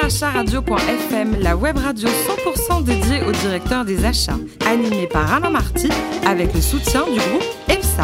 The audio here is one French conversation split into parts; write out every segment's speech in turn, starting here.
acharadio.fm, la web radio 100% dédiée aux directeurs des achats, animée par Alain Marty, avec le soutien du groupe EPSA.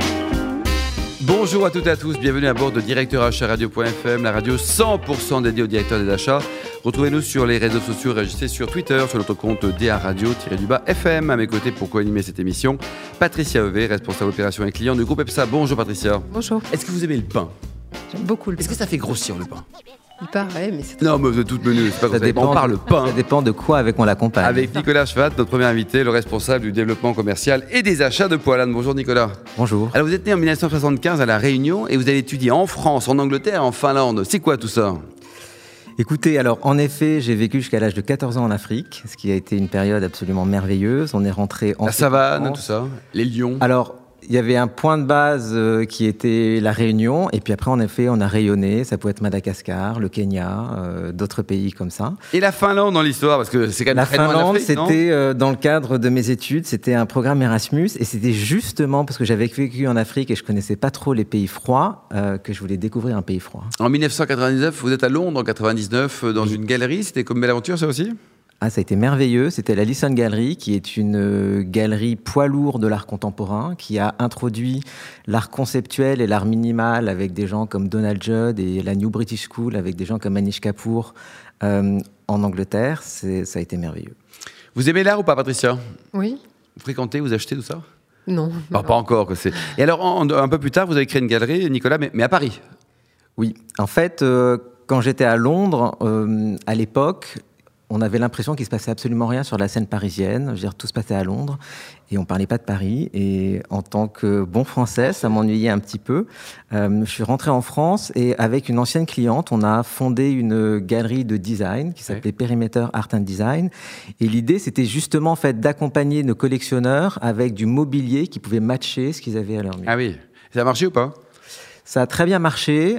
Bonjour à toutes et à tous, bienvenue à bord de Directeur acharadio.fm, la radio 100% dédiée aux directeurs des achats. Retrouvez-nous sur les réseaux sociaux, réagissez sur Twitter, sur notre compte DA Radio-FM. À mes côtés pour co-animer cette émission, Patricia Heuvet, responsable opération et client du groupe EPSA. Bonjour Patricia. Bonjour. Est-ce que vous aimez le pain ? J'aime beaucoup le pain. Est-ce que ça fait grossir le pain ? Il paraît, mais c'est... Non, mais vous êtes toute menue, c'est pas comme ça. On parle pain. Ça dépend de quoi avec on l'accompagne. Avec Nicolas Schwatt, notre premier invité, le responsable du développement commercial et des achats de Poilane. Bonjour Nicolas. Bonjour. Alors vous êtes né en 1975 à La Réunion et vous avez étudié en France, en Angleterre, en Finlande. C'est quoi tout ça ? Écoutez, alors en effet, j'ai vécu jusqu'à l'âge de 14 ans en Afrique, ce qui a été une période absolument merveilleuse. On est rentré en... La savane, tout ça, les lions. Alors, il y avait un point de base qui était la Réunion, et puis après, en effet, on a rayonné. Ça pouvait être Madagascar, le Kenya, d'autres pays comme ça. Et la Finlande dans l'histoire, parce que c'est quand même la très loin Finlande, d'Afrique, non ? c'était dans le cadre de mes études, c'était un programme Erasmus, et c'était justement parce que j'avais vécu en Afrique et je connaissais pas trop les pays froids que je voulais découvrir un pays froid. En 1999, vous êtes à Londres, en 99, dans une galerie. C'était comme belle aventure, ça aussi ? Ah, ça a été merveilleux. C'était la Lisson Gallery, qui est une galerie poids lourd de l'art contemporain, qui a introduit l'art conceptuel et l'art minimal avec des gens comme Donald Judd et la New British School avec des gens comme Anish Kapoor en Angleterre. Ça a été merveilleux. Vous aimez l'art ou pas, Patricia ? Oui. Vous fréquentez, vous achetez tout ça ? Non. Pas encore. Et alors, un peu plus tard, vous avez créé une galerie, Nicolas, mais à Paris ? Oui. En fait, quand j'étais à Londres, à l'époque, on avait l'impression qu'il se passait absolument rien sur la scène parisienne. Je veux dire, tout se passait à Londres et on parlait pas de Paris. Et en tant que bon Français, ça m'ennuyait un petit peu. Je suis rentré en France et avec une ancienne cliente, on a fondé une galerie de design qui s'appelait Perimeter Art and Design. Et l'idée, c'était justement en fait d'accompagner nos collectionneurs avec du mobilier qui pouvait matcher ce qu'ils avaient à leur mur. Ah oui. Ça a marché ou pas ? Ça a très bien marché.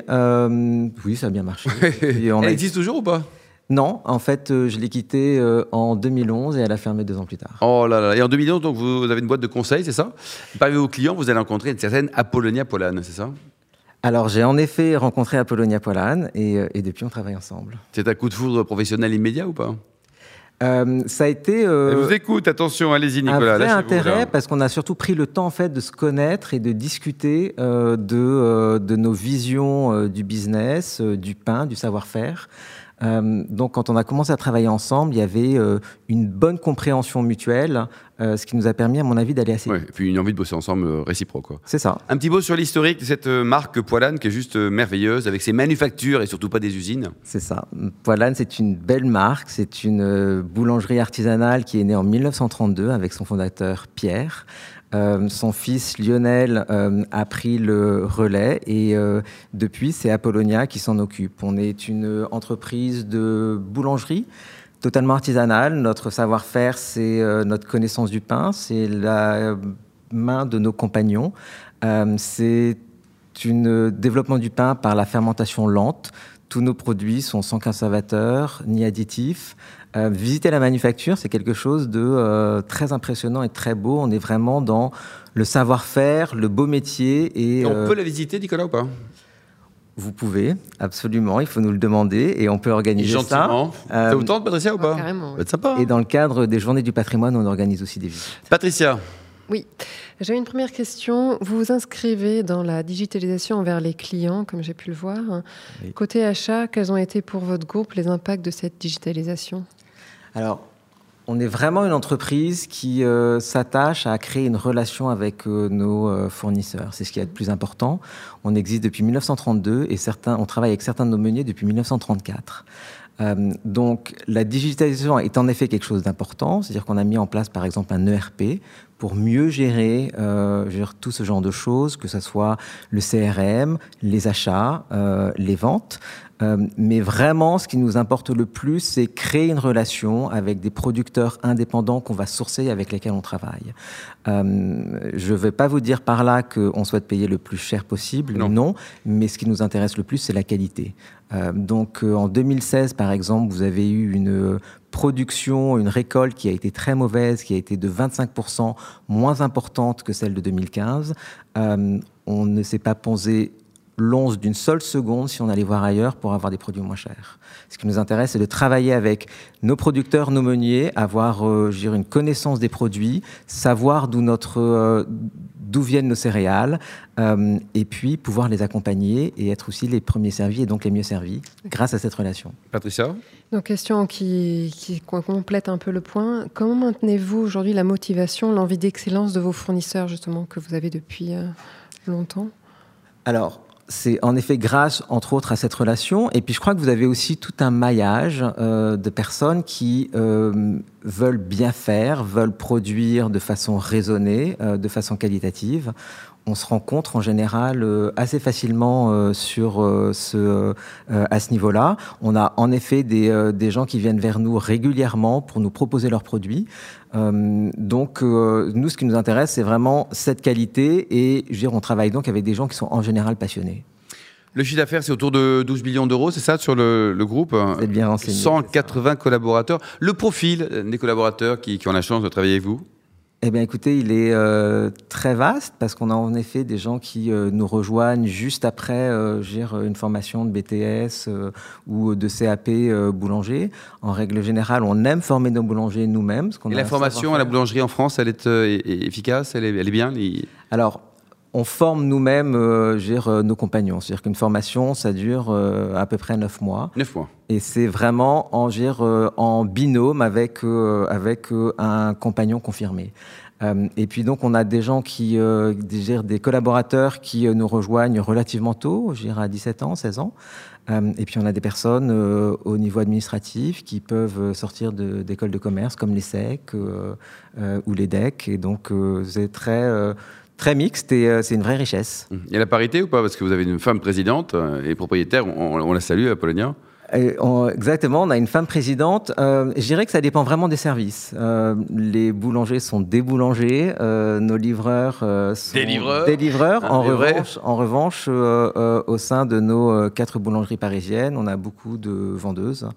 Oui, ça a bien marché. Elle existe toujours ou pas ? Non, en fait, je l'ai quittée en 2011 et elle a fermé 2 ans plus tard. Oh là là, et en 2011, donc, vous avez une boîte de conseil, c'est ça ? Parmi vos clients, vous allez rencontrer une certaine Apollonia Poilane, c'est ça ? Alors, j'ai en effet rencontré Apollonia Poilane et depuis, on travaille ensemble. C'est un coup de foudre professionnel immédiat ou pas ? Ça a été Elle vous écoute, attention, allez-y Nicolas. Un vrai intérêt parce qu'on a surtout pris le temps en fait de se connaître et de discuter de nos visions du business, du pain, du savoir-faire. Donc, quand on a commencé à travailler ensemble, il y avait une bonne compréhension mutuelle, ce qui nous a permis, à mon avis, d'aller assez vite. Oui, et puis une envie de bosser ensemble réciproque, quoi. C'est ça. Un petit mot sur l'historique de cette marque Poilane qui est juste merveilleuse, avec ses manufactures et surtout pas des usines. C'est ça. Poilane, c'est une belle marque. C'est une boulangerie artisanale qui est née en 1932 avec son fondateur Pierre. Son fils Lionel a pris le relais et depuis, c'est Apollonia qui s'en occupe. On est une entreprise de boulangerie totalement artisanale. Notre savoir-faire, c'est notre connaissance du pain, c'est la main de nos compagnons. C'est un développement du pain par la fermentation lente. Tous nos produits sont sans conservateur ni additifs. Visiter la manufacture, c'est quelque chose de très impressionnant et très beau. On est vraiment dans le savoir-faire, le beau métier. Et on peut la visiter, Nicolas, ou pas ? Vous pouvez, absolument. Il faut nous le demander et on peut organiser ça. Ça vous tente, Patricia, ou pas ? Carrément. Ça va être sympa. Et dans le cadre des Journées du patrimoine, on organise aussi des visites. Patricia. Oui. J'avais une première question. Vous vous inscrivez dans la digitalisation envers les clients, comme j'ai pu le voir. Oui. Côté achat, quels ont été pour votre groupe les impacts de cette digitalisation ? Alors, on est vraiment une entreprise qui s'attache à créer une relation avec nos fournisseurs. C'est ce qui est le plus important. On existe depuis 1932 et on travaille avec certains de nos meuniers depuis 1934. Donc, la digitalisation est en effet quelque chose d'important. C'est-à-dire qu'on a mis en place, par exemple, un ERP pour mieux gérer tout ce genre de choses, que ce soit le CRM, les achats, les ventes. Mais vraiment, ce qui nous importe le plus, c'est créer une relation avec des producteurs indépendants qu'on va sourcer, avec lesquels on travaille. Je ne vais pas vous dire par là qu'on souhaite payer le plus cher possible, non. Mais ce qui nous intéresse le plus, c'est la qualité. Donc, en 2016, par exemple, vous avez eu une production, une récolte qui a été très mauvaise, qui a été de 25% moins importante que celle de 2015. On ne s'est pas posé l'once d'une seule seconde si on allait voir ailleurs pour avoir des produits moins chers. Ce qui nous intéresse, c'est de travailler avec nos producteurs, nos meuniers, avoir une connaissance des produits, savoir d'où viennent nos céréales, et puis pouvoir les accompagner et être aussi les premiers servis et donc les mieux servis grâce à cette relation. Patricia ? Donc, question qui complète un peu le point. Comment maintenez-vous aujourd'hui la motivation, l'envie d'excellence de vos fournisseurs, justement, que vous avez depuis longtemps ? Alors, c'est en effet grâce, entre autres, à cette relation. Et puis, je crois que vous avez aussi tout un maillage de personnes qui veulent bien faire, veulent produire de façon raisonnée, de façon qualitative. On se rencontre en général assez facilement à ce niveau-là. On a en effet des gens qui viennent vers nous régulièrement pour nous proposer leurs produits. Donc, nous, ce qui nous intéresse, c'est vraiment cette qualité. Et on travaille donc avec des gens qui sont en général passionnés. Le chiffre d'affaires, c'est autour de 12 millions d'euros, c'est ça, sur le groupe ? Vous êtes bien renseigné. 180 collaborateurs. Le profil des collaborateurs qui ont la chance de travailler avec vous ? Eh bien, écoutez, il est très vaste parce qu'on a en effet des gens qui nous rejoignent juste après une formation de BTS ou de CAP boulanger. En règle générale, on aime former nos boulangers nous-mêmes. Et la formation à la boulangerie en France, elle est efficace, elle est bien Alors, on forme nous-mêmes nos compagnons. C'est-à-dire qu'une formation, ça dure à peu près 9 mois. 9 mois. Et c'est vraiment en binôme avec un compagnon confirmé. Et puis donc, on a des gens des collaborateurs qui nous rejoignent relativement tôt, à 17 ans, 16 ans. Et puis on a des personnes au niveau administratif qui peuvent sortir d'écoles de commerce comme l'ESSEC ou l'EDEC. Et donc, c'est très mixte et c'est une vraie richesse. Il y a la parité ou pas ? Parce que vous avez une femme présidente et propriétaire, on la salue, Apollonia. Exactement, on a une femme présidente. Je dirais que ça dépend vraiment des services. Les boulangers sont des boulangers, nos livreurs sont des livreurs. En revanche, au sein de nos 4 boulangeries parisiennes, on a beaucoup de vendeuses.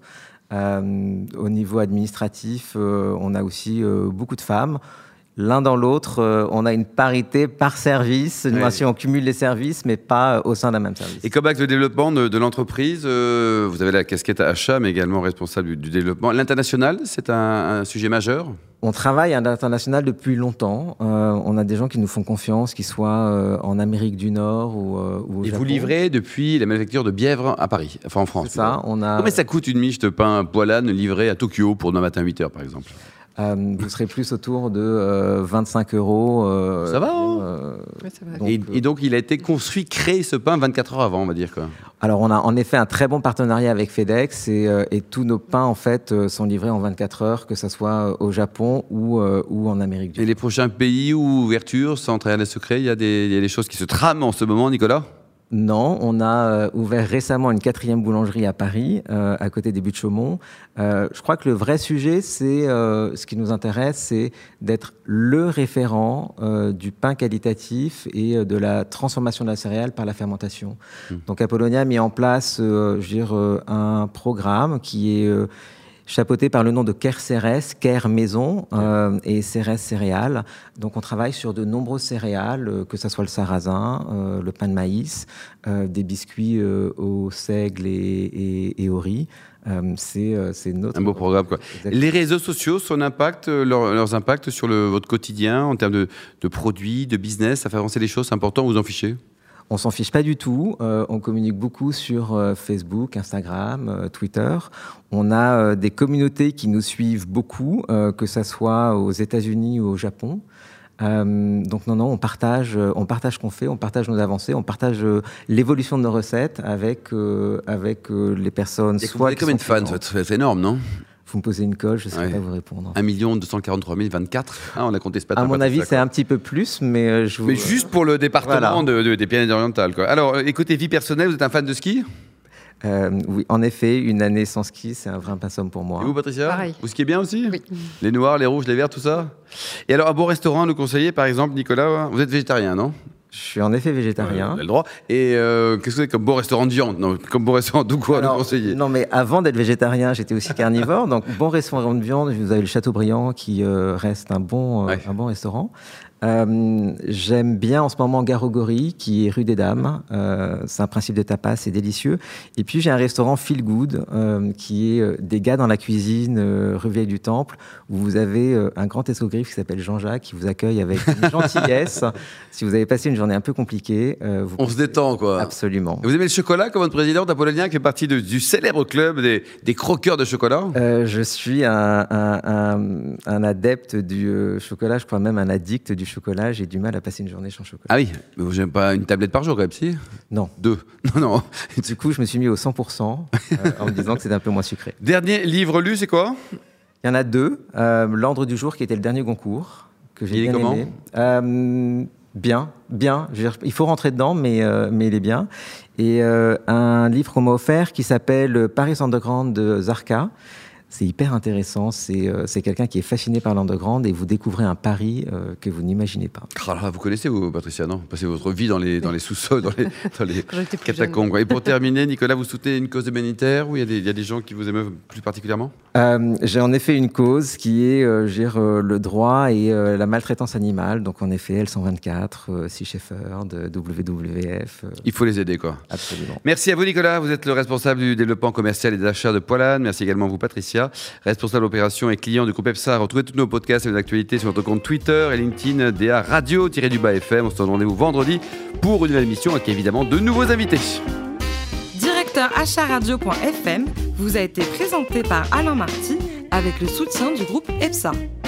Au niveau administratif, on a aussi beaucoup de femmes. L'un dans l'autre, on a une parité par service. Nous, ainsi, on cumule les services, mais pas au sein d'un même service. Et comme avec le développement de l'entreprise, vous avez la casquette achat, mais également responsable du développement. L'international, c'est un sujet majeur ? On travaille à l'international depuis longtemps. On a des gens qui nous font confiance, qu'ils soient en Amérique du Nord ou au Japon. Et vous livrez depuis la manufacture de Bièvre à Paris, enfin en France. C'est ça. Combien ça coûte une miche de pain poilane livrée à Tokyo pour demain matin 8h, par exemple ? Vous serez plus autour de 25 €. Ça va, hein Oui, ça va. Donc, et donc, il a été construit, créé ce pain 24 heures avant, on va dire, quoi. Alors, on a en effet un très bon partenariat avec FedEx et tous nos pains, en fait, sont livrés en 24 heures, que ce soit au Japon ou en Amérique du Nord. Et les prochains pays ou ouvertures, sans trahir les secrets, il y a des choses qui se trament en ce moment, Nicolas ? Non, on a ouvert récemment une 4e boulangerie à Paris, à côté des Buttes-Chaumont. Je crois que le vrai sujet, c'est ce qui nous intéresse, c'est d'être le référent du pain qualitatif et de la transformation de la céréale par la fermentation. Donc Apollonia a mis en place un programme qui est chapeauté par le nom de Care Cérès, Care Maison et Cérès Céréales. Donc on travaille sur de nombreuses céréales, que ce soit le sarrasin, le pain de maïs, des biscuits au seigle et au riz. C'est notre... Un beau programme, quoi. Exactement. Les réseaux sociaux, son impact, leurs impacts sur votre quotidien en termes de produits, de business, ça fait avancer les choses, c'est important, vous en fichez ? On s'en fiche pas du tout. On communique beaucoup sur Facebook, Instagram, Twitter. On a des communautés qui nous suivent beaucoup, que ça soit aux États-Unis ou au Japon. Donc non, on partage ce qu'on fait, on partage nos avancées, on partage l'évolution de nos recettes avec les personnes. Vous avez combien de fans ? C'est énorme, non ? Vous me posez une colle, je ne sais pas vous répondre. 1 243 024. On a compté ce matin. À mon avis, c'est un petit peu plus, mais je vous... Mais juste pour le département voilà. des Pyrénées-Orientales, quoi. Alors, écoutez, vie personnelle, vous êtes un fan de ski ? Oui, en effet, une année sans ski, c'est un vrai impensable pour moi. Et vous, Patricia ? Pareil. Vous skiez bien aussi ? Oui. Les noirs, les rouges, les verts, tout ça ? Et alors, un bon restaurant à nous conseiller, par exemple, Nicolas, vous êtes végétarien, non ? Je suis en effet végétarien. Vous avez le droit. Et qu'est-ce que c'est comme bon restaurant de viande ? Non, comme bon restaurant de quoi à nous conseiller ? Non, mais avant d'être végétarien, j'étais aussi carnivore. Donc, bon restaurant de viande, vous avez le Châteaubriand qui reste un bon restaurant. J'aime bien en ce moment Garogori, qui est rue des Dames. C'est un principe de tapas, c'est délicieux. Et puis j'ai un restaurant Feel Good, qui est des gars dans la cuisine, rue Vieille du Temple, où vous avez un grand escogriffe qui s'appelle Jean-Jacques, qui vous accueille avec une gentillesse. Si vous avez passé une journée un peu compliquée, on se détend, quoi. Absolument. Vous aimez le chocolat, comme votre présidente, Apollonien, qui fait partie du célèbre club des croqueurs de chocolat? Je suis un adepte du chocolat, je crois même un addict du chocolat. J'ai du mal à passer une journée sans chocolat. Ah oui, mais vous n'aimez pas une tablette par jour, quand même, si? Non. 2. Non. Du coup, je me suis mis au 100% en me disant que c'était un peu moins sucré. Dernier livre lu, c'est quoi? Il y en a 2. L'Ordre du jour, qui était le dernier Goncourt, que j'ai bien aimé. Bien. Je veux dire, il faut rentrer dedans, mais il est bien. Et un livre qu'on m'a offert qui s'appelle Paris Underground de Zarka. C'est hyper intéressant. C'est quelqu'un qui est fasciné par l'underground et vous découvrez un Paris que vous n'imaginez pas. Oh là, vous connaissez, vous, Patricia, non? Vous passez votre vie dans les sous-sols, dans les catacombes. Et pour terminer, Nicolas, vous soutenez une cause humanitaire ou il y a des gens qui vous émeuvent plus particulièrement? J'ai en effet une cause qui est le droit et la maltraitance animale. Donc en effet, L124, Sea Shepherd, WWF. Il faut les aider, quoi. Absolument. Merci à vous, Nicolas. Vous êtes le responsable du développement commercial et des achats de Poilane. Merci également à vous, Patricia, responsable opération et client du groupe EPSA. Retrouvez tous nos podcasts et nos actualités sur notre compte Twitter et LinkedIn DA Radio-FM. On se donne rendez-vous vendredi pour une nouvelle émission avec évidemment de nouveaux invités. Directeur achat-radio.fm vous a été présenté par Alain Marty avec le soutien du groupe EPSA.